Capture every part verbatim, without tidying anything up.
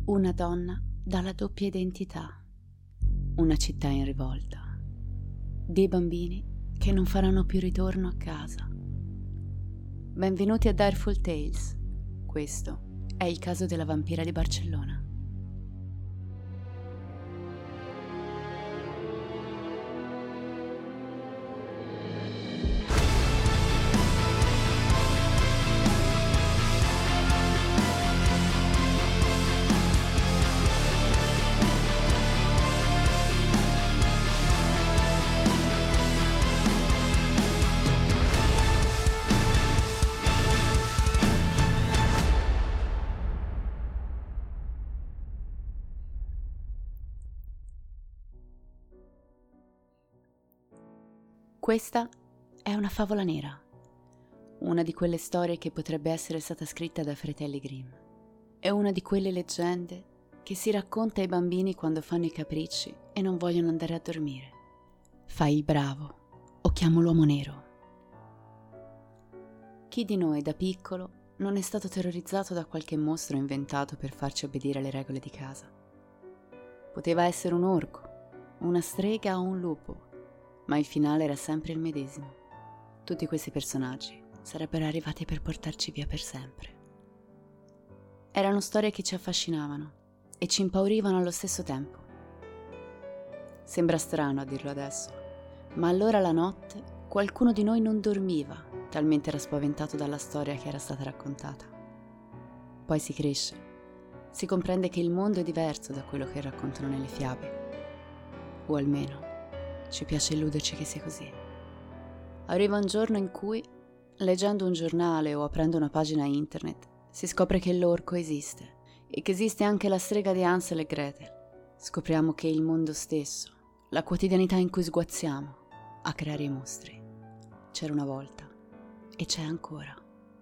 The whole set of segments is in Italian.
Una donna dalla doppia identità, una città in rivolta, dei bambini che non faranno più ritorno a casa. Benvenuti a Direful Tales, questo è il caso della vampira di Barcellona. Questa è una favola nera, una di quelle storie che potrebbe essere stata scritta da fratelli Grimm. È una di quelle leggende che si racconta ai bambini quando fanno i capricci e non vogliono andare a dormire. Fai il bravo o chiamo l'uomo nero. Chi di noi da piccolo non è stato terrorizzato da qualche mostro inventato per farci obbedire alle regole di casa? Poteva essere un orco, una strega o un lupo, ma il finale era sempre il medesimo. Tutti questi personaggi sarebbero arrivati per portarci via per sempre. Erano storie che ci affascinavano e ci impaurivano allo stesso tempo. Sembra strano a dirlo adesso, ma allora la notte qualcuno di noi non dormiva, talmente era spaventato dalla storia che era stata raccontata. Poi si cresce, si comprende che il mondo è diverso da quello che raccontano nelle fiabe, o almeno ci piace illuderci che sia così. Arriva un giorno in cui, leggendo un giornale o aprendo una pagina internet, si scopre che l'orco esiste e che esiste anche la strega di Hansel e Gretel. Scopriamo che il mondo stesso, la quotidianità in cui sguazziamo, a creare i mostri. C'era una volta e c'è ancora.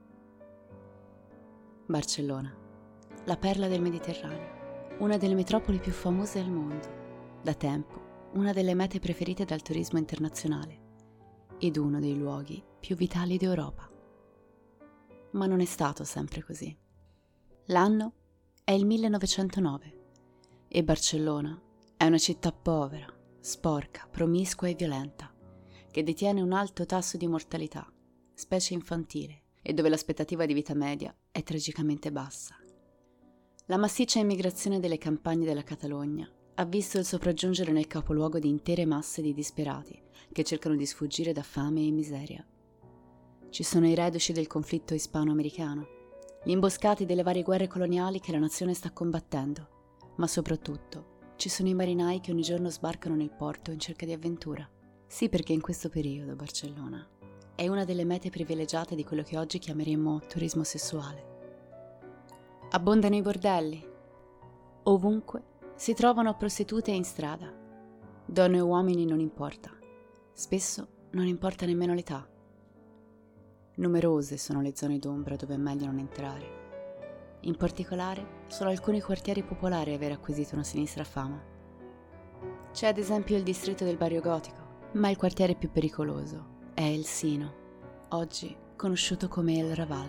Barcellona, la perla del Mediterraneo, una delle metropoli più famose al mondo, da tempo una delle mete preferite dal turismo internazionale ed uno dei luoghi più vitali d'Europa. Ma non è stato sempre così. L'anno è il millenovecentonove e Barcellona è una città povera, sporca, promiscua e violenta, che detiene un alto tasso di mortalità, specie infantile, e dove l'aspettativa di vita media è tragicamente bassa. La massiccia immigrazione delle campagne della Catalogna ha visto il sopraggiungere nel capoluogo di intere masse di disperati che cercano di sfuggire da fame e miseria. Ci sono i reduci del conflitto ispano-americano, gli imboscati delle varie guerre coloniali che la nazione sta combattendo, ma soprattutto ci sono i marinai che ogni giorno sbarcano nel porto in cerca di avventura. Sì, perché in questo periodo Barcellona è una delle mete privilegiate di quello che oggi chiameremmo turismo sessuale. Abbondano i bordelli. Ovunque si trovano prostitute in strada. Donne e uomini non importa. Spesso non importa nemmeno l'età. Numerose sono le zone d'ombra dove è meglio non entrare. In particolare, sono alcuni quartieri popolari a aver acquisito una sinistra fama. C'è ad esempio il distretto del Barrio Gotico, ma il quartiere più pericoloso è El Sino, oggi conosciuto come El Raval.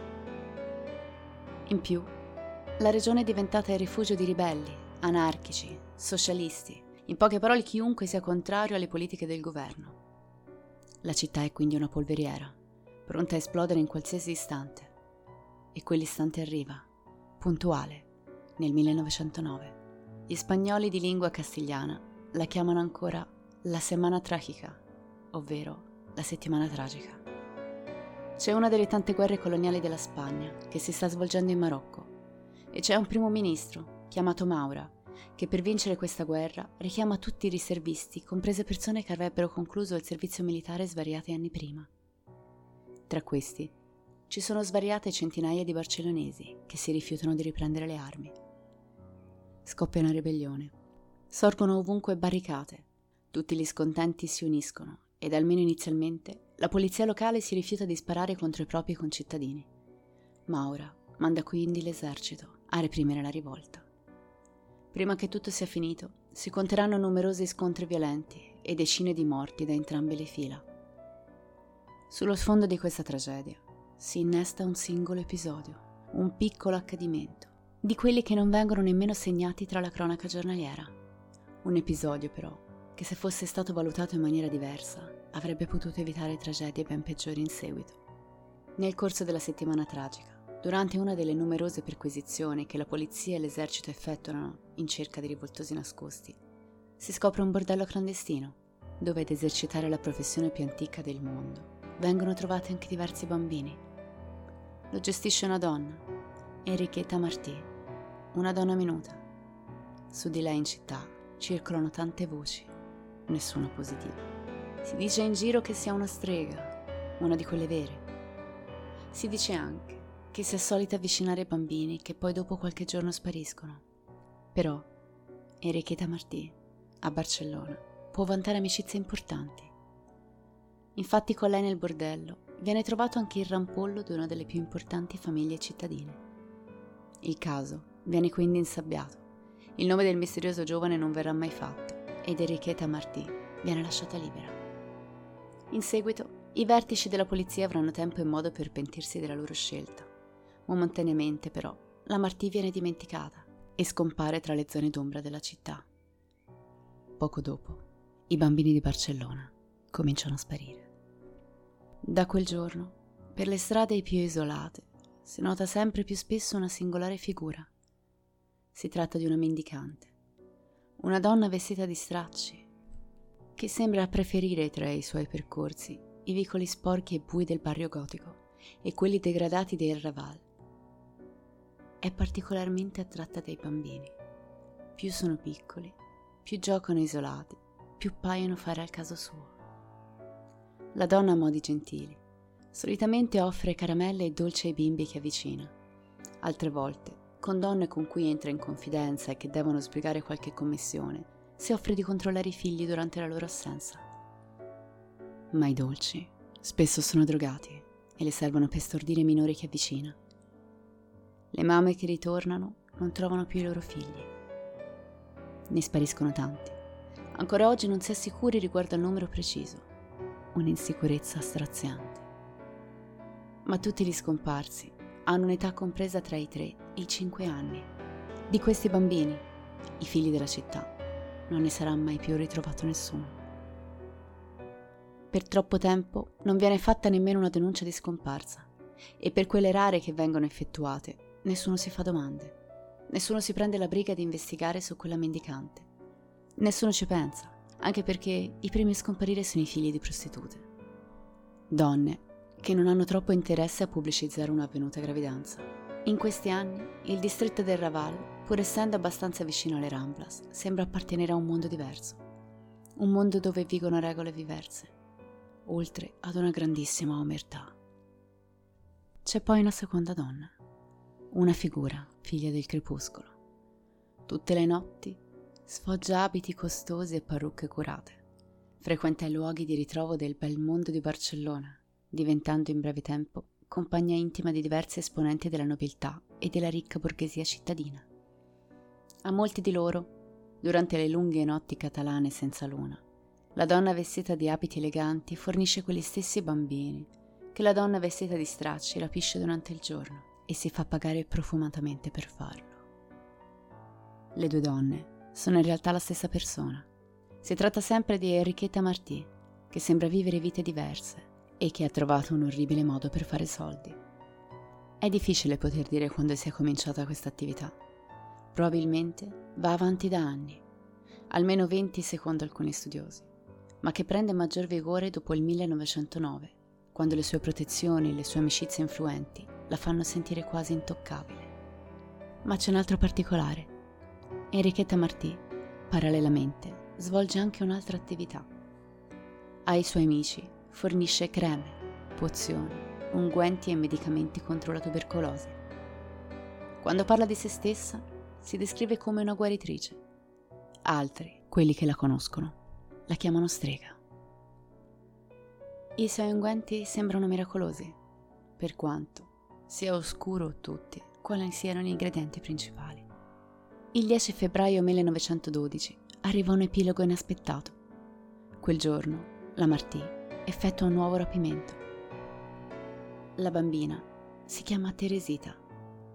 In più, la regione è diventata il rifugio di ribelli, anarchici, socialisti, in poche parole chiunque sia contrario alle politiche del governo. La città è quindi una polveriera, pronta a esplodere in qualsiasi istante. E quell'istante arriva, puntuale, nel millenovecentonove. Gli spagnoli di lingua castigliana la chiamano ancora la Semana Trágica, ovvero la settimana tragica. C'è una delle tante guerre coloniali della Spagna che si sta svolgendo in Marocco e c'è un primo ministro chiamato Maura, che per vincere questa guerra richiama tutti i riservisti, comprese persone che avrebbero concluso il servizio militare svariati anni prima. Tra questi ci sono svariate centinaia di barcellonesi che si rifiutano di riprendere le armi. Scoppia una ribellione. Sorgono ovunque barricate. Tutti gli scontenti si uniscono ed almeno inizialmente la polizia locale si rifiuta di sparare contro i propri concittadini. Maura manda quindi l'esercito a reprimere la rivolta. Prima che tutto sia finito, si conteranno numerosi scontri violenti e decine di morti da entrambe le fila. Sullo sfondo di questa tragedia si innesta un singolo episodio, un piccolo accadimento di quelli che non vengono nemmeno segnati tra la cronaca giornaliera. Un episodio, però, che se fosse stato valutato in maniera diversa, avrebbe potuto evitare tragedie ben peggiori in seguito. Nel corso della settimana tragica, durante una delle numerose perquisizioni che la polizia e l'esercito effettuano in cerca di rivoltosi nascosti, si scopre un bordello clandestino, dove ad esercitare la professione più antica del mondo vengono trovati anche diversi bambini. Lo gestisce una donna, Enrichetta Martí, una donna minuta. Su di lei in città circolano tante voci, nessuna positiva. Si dice in giro che sia una strega, una di quelle vere. Si dice anche che sia solita avvicinare bambini che poi dopo qualche giorno spariscono. Però Enrichetta Martí, a Barcellona, può vantare amicizie importanti. Infatti con lei nel bordello viene trovato anche il rampollo di una delle più importanti famiglie cittadine. Il caso viene quindi insabbiato, il nome del misterioso giovane non verrà mai fatto ed Enrichetta Martí viene lasciata libera. In seguito i vertici della polizia avranno tempo e modo per pentirsi della loro scelta. Momentaneamente però la Martí viene dimenticata e scompare tra le zone d'ombra della città. Poco dopo i bambini di Barcellona cominciano a sparire. Da quel giorno, per le strade più isolate, si nota sempre più spesso una singolare figura. Si tratta di una mendicante, una donna vestita di stracci, che sembra preferire tra i suoi percorsi i vicoli sporchi e bui del barrio gotico e quelli degradati del Raval. È particolarmente attratta dai bambini. Più sono piccoli, più giocano isolati, più paiono fare al caso suo. La donna ha modi gentili. Solitamente offre caramelle e dolci ai bimbi che avvicina. Altre volte, con donne con cui entra in confidenza e che devono sbrigare qualche commissione, si offre di controllare i figli durante la loro assenza. Ma i dolci spesso sono drogati e le servono per stordire i minori che avvicina. Le mamme che ritornano non trovano più i loro figli. Ne spariscono tanti. Ancora oggi non si è sicuri riguardo al numero preciso. Un'insicurezza straziante. Ma tutti gli scomparsi hanno un'età compresa tra i tre e i cinque anni. Di questi bambini, i figli della città, non ne sarà mai più ritrovato nessuno. Per troppo tempo non viene fatta nemmeno una denuncia di scomparsa e per quelle rare che vengono effettuate nessuno si fa domande. Nessuno si prende la briga di investigare su quella mendicante. Nessuno ci pensa, anche perché i primi a scomparire sono i figli di prostitute. Donne che non hanno troppo interesse a pubblicizzare un'avvenuta gravidanza. In questi anni il distretto del Raval, pur essendo abbastanza vicino alle Ramblas, sembra appartenere a un mondo diverso. Un mondo dove vigono regole diverse, oltre ad una grandissima omertà. C'è poi una seconda donna, una figura, figlia del crepuscolo. Tutte le notti sfoggia abiti costosi e parrucche curate. Frequenta i luoghi di ritrovo del bel mondo di Barcellona, diventando in breve tempo compagna intima di diversi esponenti della nobiltà e della ricca borghesia cittadina. A molti di loro, durante le lunghe notti catalane senza luna, la donna vestita di abiti eleganti fornisce quegli stessi bambini che la donna vestita di stracci rapisce durante il giorno e si fa pagare profumatamente per farlo. Le due donne sono in realtà la stessa persona. Si tratta sempre di Enrichetta Martí, che sembra vivere vite diverse e che ha trovato un orribile modo per fare soldi. È difficile poter dire quando sia cominciata questa attività. Probabilmente va avanti da anni, almeno venti secondo alcuni studiosi, ma che prende maggior vigore dopo il millenovecentonove, quando le sue protezioni e le sue amicizie influenti la fanno sentire quasi intoccabile. Ma c'è un altro particolare. Enrichetta Martí, parallelamente, svolge anche un'altra attività. Ai suoi amici fornisce creme, pozioni, unguenti e medicamenti contro la tubercolosi. Quando parla di se stessa, si descrive come una guaritrice. Altri, quelli che la conoscono, la chiamano strega. I suoi unguenti sembrano miracolosi, per quanto sia oscuro a tutti quali siano gli ingredienti principali. Il dieci febbraio millenovecentododici arriva un epilogo inaspettato. Quel giorno, la Martí effettua un nuovo rapimento. La bambina si chiama Teresita.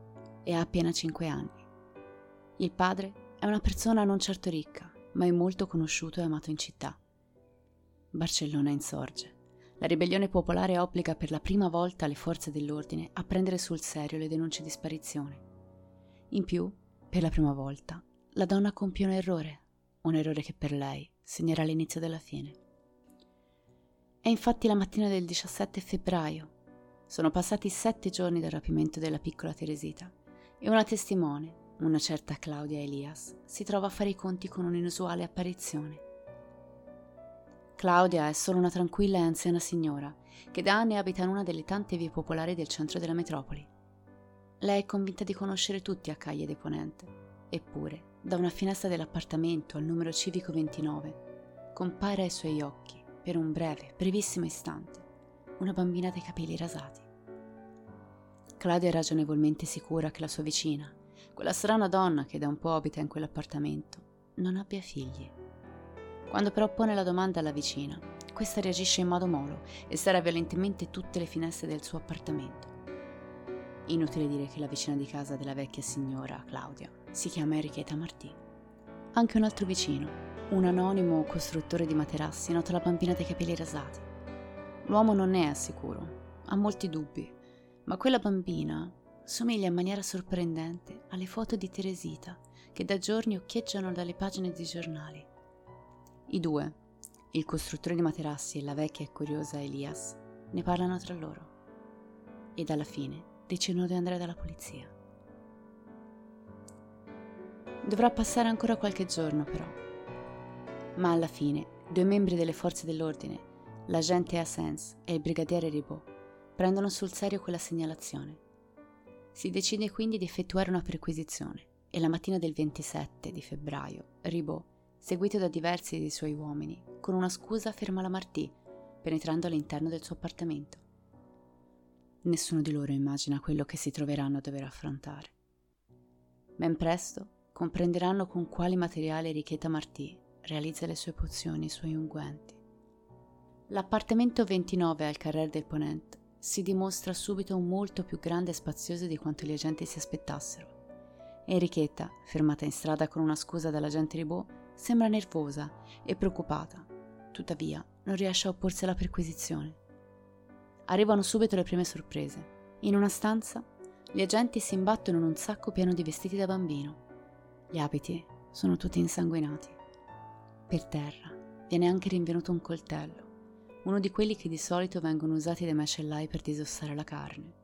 e ha appena cinque anni. Il padre è una persona non certo ricca, ma è molto conosciuto e amato in città. Barcellona insorge. La ribellione popolare obbliga per la prima volta le forze dell'ordine a prendere sul serio le denunce di sparizione. In più, per la prima volta, la donna compie un errore, un errore che per lei segnerà l'inizio della fine. È infatti la mattina del diciassette febbraio. Sono passati sette giorni dal rapimento della piccola Teresita e una testimone, una certa Claudia Elias, si trova a fare i conti con un'inusuale apparizione. Claudia è solo una tranquilla e anziana signora che da anni abita in una delle tante vie popolari del centro della metropoli. Lei è convinta di conoscere tutti a Calle de Ponente, eppure, da una finestra dell'appartamento al numero civico ventinove, compare ai suoi occhi, per un breve, brevissimo istante, una bambina dai capelli rasati. Claudia è ragionevolmente sicura che la sua vicina, quella strana donna che da un po' abita in quell'appartamento, non abbia figli. Quando però pone la domanda alla vicina, questa reagisce in modo molo e serra violentemente tutte le finestre del suo appartamento. Inutile dire che la vicina di casa della vecchia signora, Claudia, si chiama Enrichetta Martì. Anche un altro vicino, un anonimo costruttore di materassi, nota la bambina dai capelli rasati. L'uomo non ne è sicuro, ha molti dubbi, ma quella bambina somiglia in maniera sorprendente alle foto di Teresita che da giorni occhieggiano dalle pagine dei giornali. I due, il costruttore di materassi e la vecchia e curiosa Elias, ne parlano tra loro ed alla fine decidono di andare dalla polizia. Dovrà passare ancora qualche giorno però, ma alla fine due membri delle forze dell'ordine, l'agente Asens e il brigadiere Ribot, prendono sul serio quella segnalazione. Si decide quindi di effettuare una perquisizione e la mattina del ventisette di febbraio Ribot, seguito da diversi dei suoi uomini, con una scusa ferma la Martì, penetrando all'interno del suo appartamento. Nessuno di loro immagina quello che si troveranno a dover affrontare. Ben presto comprenderanno con quali materiali Enrichetta Martì realizza le sue pozioni e i suoi unguenti. L'appartamento ventinove al Carrer del Ponent si dimostra subito molto più grande e spazioso di quanto gli agenti si aspettassero. Enrichetta, fermata in strada con una scusa dall'agente Ribot, sembra nervosa e preoccupata, tuttavia non riesce a opporsi alla perquisizione. Arrivano subito le prime sorprese. In una stanza, gli agenti si imbattono in un sacco pieno di vestiti da bambino. Gli abiti sono tutti insanguinati. Per terra viene anche rinvenuto un coltello, uno di quelli che di solito vengono usati dai macellai per disossare la carne.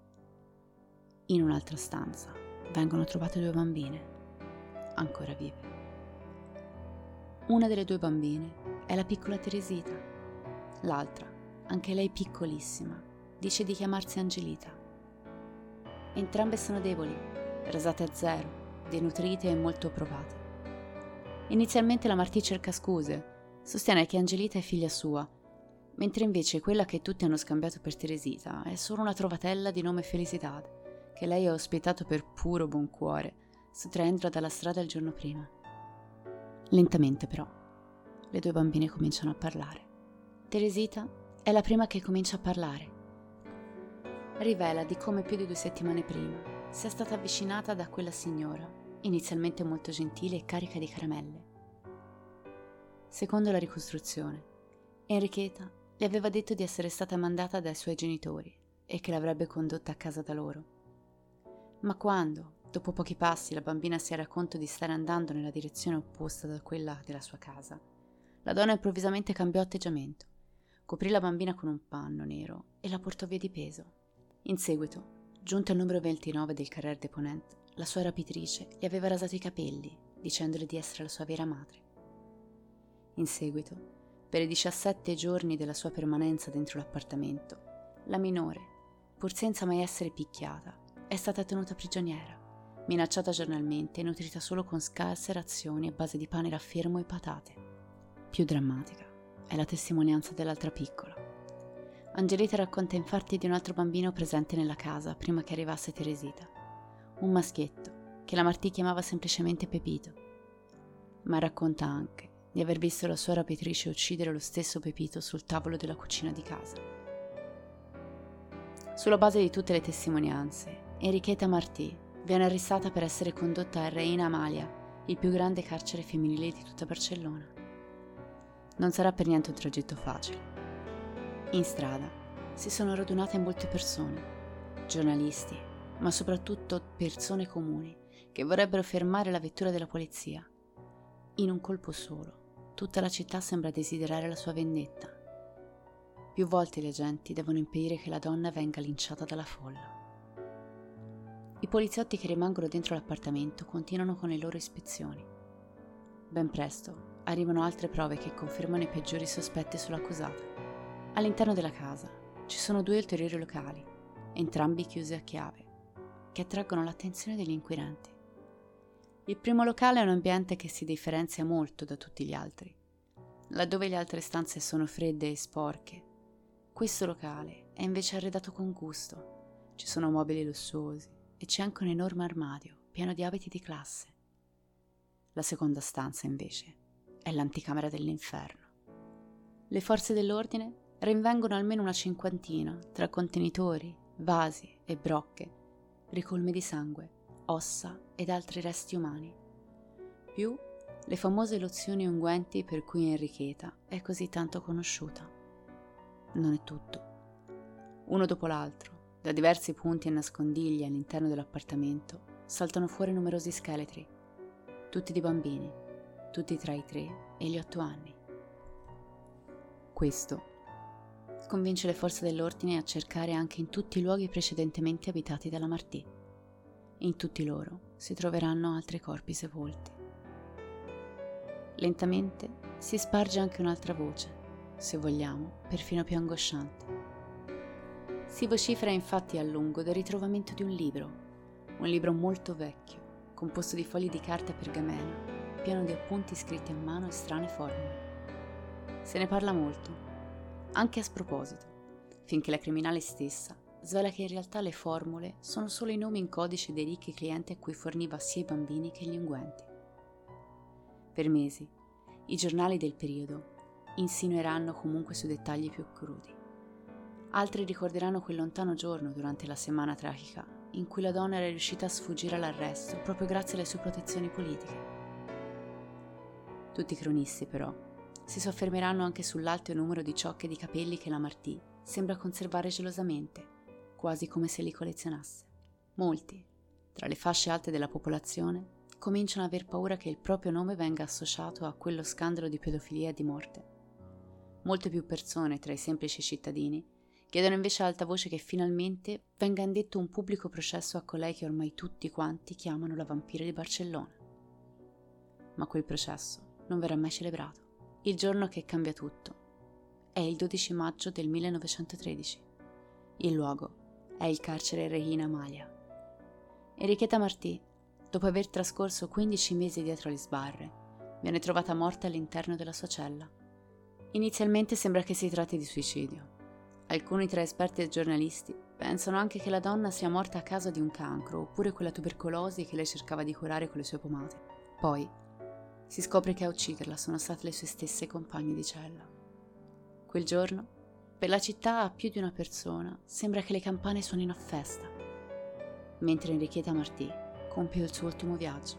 In un'altra stanza vengono trovate due bambine, ancora vive. Una delle due bambine è la piccola Teresita, l'altra, anche lei piccolissima, dice di chiamarsi Angelita. Entrambe sono deboli, rasate a zero, denutrite e molto provate. Inizialmente la Martì cerca scuse, sostiene che Angelita è figlia sua, mentre invece quella che tutti hanno scambiato per Teresita è solo una trovatella di nome Felicidad, che lei ha ospitato per puro buon cuore, sottraendola dalla strada il giorno prima. Lentamente però, le due bambine cominciano a parlare. Teresita è la prima che comincia a parlare. Rivela di come più di due settimane prima sia stata avvicinata da quella signora, inizialmente molto gentile e carica di caramelle. Secondo la ricostruzione, Enrichetta le aveva detto di essere stata mandata dai suoi genitori e che l'avrebbe condotta a casa da loro. Ma quando, dopo pochi passi, la bambina si era conto di stare andando nella direzione opposta da quella della sua casa, la donna improvvisamente cambiò atteggiamento, coprì la bambina con un panno nero e la portò via di peso. In seguito, giunta al numero ventinove del Carrer de Ponent, la sua rapitrice gli aveva rasato i capelli, dicendole di essere la sua vera madre. In seguito, per i diciassette giorni della sua permanenza dentro l'appartamento, la minore, pur senza mai essere picchiata, è stata tenuta prigioniera, minacciata giornalmente e nutrita solo con scarse razioni a base di pane raffermo e patate. Più drammatica è la testimonianza dell'altra piccola. Angelita racconta infatti di un altro bambino presente nella casa prima che arrivasse Teresita, un maschietto che la Martì chiamava semplicemente Pepito, ma racconta anche di aver visto la sua rapitrice uccidere lo stesso Pepito sul tavolo della cucina di casa. Sulla base di tutte le testimonianze, Enrichetta Martì viene arrestata per essere condotta a Reina Amalia, il più grande carcere femminile di tutta Barcellona. Non sarà per niente un tragitto facile. In strada si sono radunate molte persone, giornalisti, ma soprattutto persone comuni che vorrebbero fermare la vettura della polizia. In un colpo solo, tutta la città sembra desiderare la sua vendetta. Più volte gli agenti devono impedire che la donna venga linciata dalla folla. I poliziotti che rimangono dentro l'appartamento continuano con le loro ispezioni. Ben presto arrivano altre prove che confermano i peggiori sospetti sull'accusata. All'interno della casa ci sono due ulteriori locali, entrambi chiusi a chiave, che attraggono l'attenzione degli inquirenti. Il primo locale è un ambiente che si differenzia molto da tutti gli altri. Laddove le altre stanze sono fredde e sporche, questo locale è invece arredato con gusto. Ci sono mobili lussuosi e c'è anche un enorme armadio pieno di abiti di classe. La seconda stanza, invece, è l'anticamera dell'inferno. Le forze dell'ordine rinvengono almeno una cinquantina tra contenitori, vasi e brocche, ricolmi di sangue, ossa ed altri resti umani, più le famose lozioni e unguenti per cui Enricheta è così tanto conosciuta. Non è tutto. Uno dopo l'altro, da diversi punti e nascondigli all'interno dell'appartamento, saltano fuori numerosi scheletri, tutti di bambini, tutti tra i tre e gli otto anni. Questo convince le forze dell'ordine a cercare anche in tutti i luoghi precedentemente abitati dalla Martí. In tutti loro si troveranno altri corpi sepolti. Lentamente si sparge anche un'altra voce, se vogliamo, perfino più angosciante. Si vocifera infatti a lungo del ritrovamento di un libro, un libro molto vecchio, composto di fogli di carta e pergamena, pieno di appunti scritti a mano e strane formule. Se ne parla molto, anche a sproposito, finché la criminale stessa svela che in realtà le formule sono solo i nomi in codice dei ricchi clienti a cui forniva sia i bambini che gli unguenti. Per mesi, i giornali del periodo insinueranno comunque sui dettagli più crudi. Altri ricorderanno quel lontano giorno durante la settimana tragica in cui la donna era riuscita a sfuggire all'arresto proprio grazie alle sue protezioni politiche. Tutti i cronisti, però, si soffermeranno anche sull'alto numero di ciocche di capelli che la Martí sembra conservare gelosamente, quasi come se li collezionasse. Molti, tra le fasce alte della popolazione, cominciano ad aver paura che il proprio nome venga associato a quello scandalo di pedofilia e di morte. Molte più persone, tra i semplici cittadini, chiedono invece ad alta voce che finalmente venga indetto un pubblico processo a colei che ormai tutti quanti chiamano la vampira di Barcellona. Ma quel processo non verrà mai celebrato. Il giorno che cambia tutto è il dodici maggio del millenovecentotredici. Il luogo è il carcere Reina Amalia. Enricheta Martí, dopo aver trascorso quindici mesi dietro le sbarre, viene trovata morta all'interno della sua cella. Inizialmente sembra che si tratti di suicidio. Alcuni tra esperti e giornalisti pensano anche che la donna sia morta a causa di un cancro oppure quella tubercolosi che lei cercava di curare con le sue pomate. Poi si scopre che a ucciderla sono state le sue stesse compagne di cella. Quel giorno, per la città a più di una persona, sembra che le campane suonino a festa, mentre Enricheta Martí compie il suo ultimo viaggio.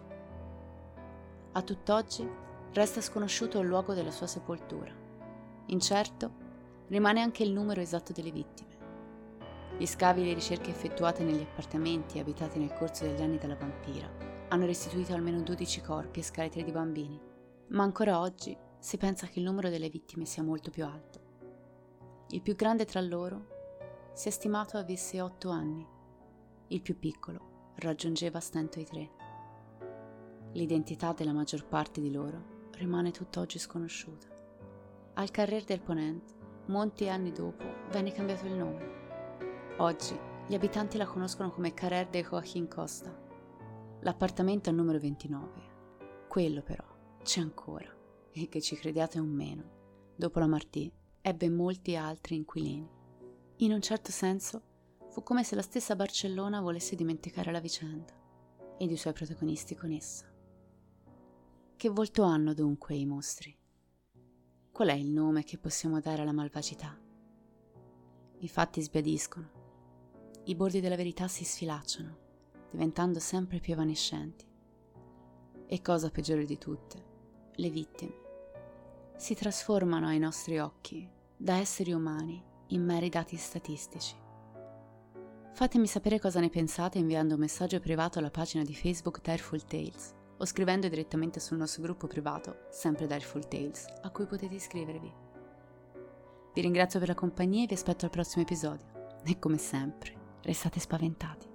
A tutt'oggi resta sconosciuto il luogo della sua sepoltura. Incerto rimane anche il numero esatto delle vittime. Gli scavi e le ricerche effettuate negli appartamenti abitati nel corso degli anni dalla vampira hanno restituito almeno dodici corpi e scheletri di bambini, ma ancora oggi si pensa che il numero delle vittime sia molto più alto. Il più grande tra loro si è stimato avesse otto anni, il più piccolo raggiungeva a stento i tre. L'identità della maggior parte di loro rimane tutt'oggi sconosciuta. Al Carrer del Ponent, molti anni dopo, venne cambiato il nome. Oggi gli abitanti la conoscono come Carrer de Joaquín Costa. L'appartamento è al numero ventinove. Quello però c'è ancora, e che ci crediate o meno, dopo la Martí ebbe molti altri inquilini. In un certo senso fu come se la stessa Barcellona volesse dimenticare la vicenda ed i suoi protagonisti con essa. Che volto hanno dunque i mostri? Qual è il nome che possiamo dare alla malvagità? I fatti sbiadiscono, i bordi della verità si sfilacciano, diventando sempre più evanescenti. E cosa peggiore di tutte, le vittime si trasformano ai nostri occhi da esseri umani in meri dati statistici. Fatemi sapere cosa ne pensate inviando un messaggio privato alla pagina di Facebook Direful Tales o scrivendo direttamente sul nostro gruppo privato, sempre Direful Tales, a cui potete iscrivervi. Vi ringrazio per la compagnia e vi aspetto al prossimo episodio. E come sempre, restate spaventati.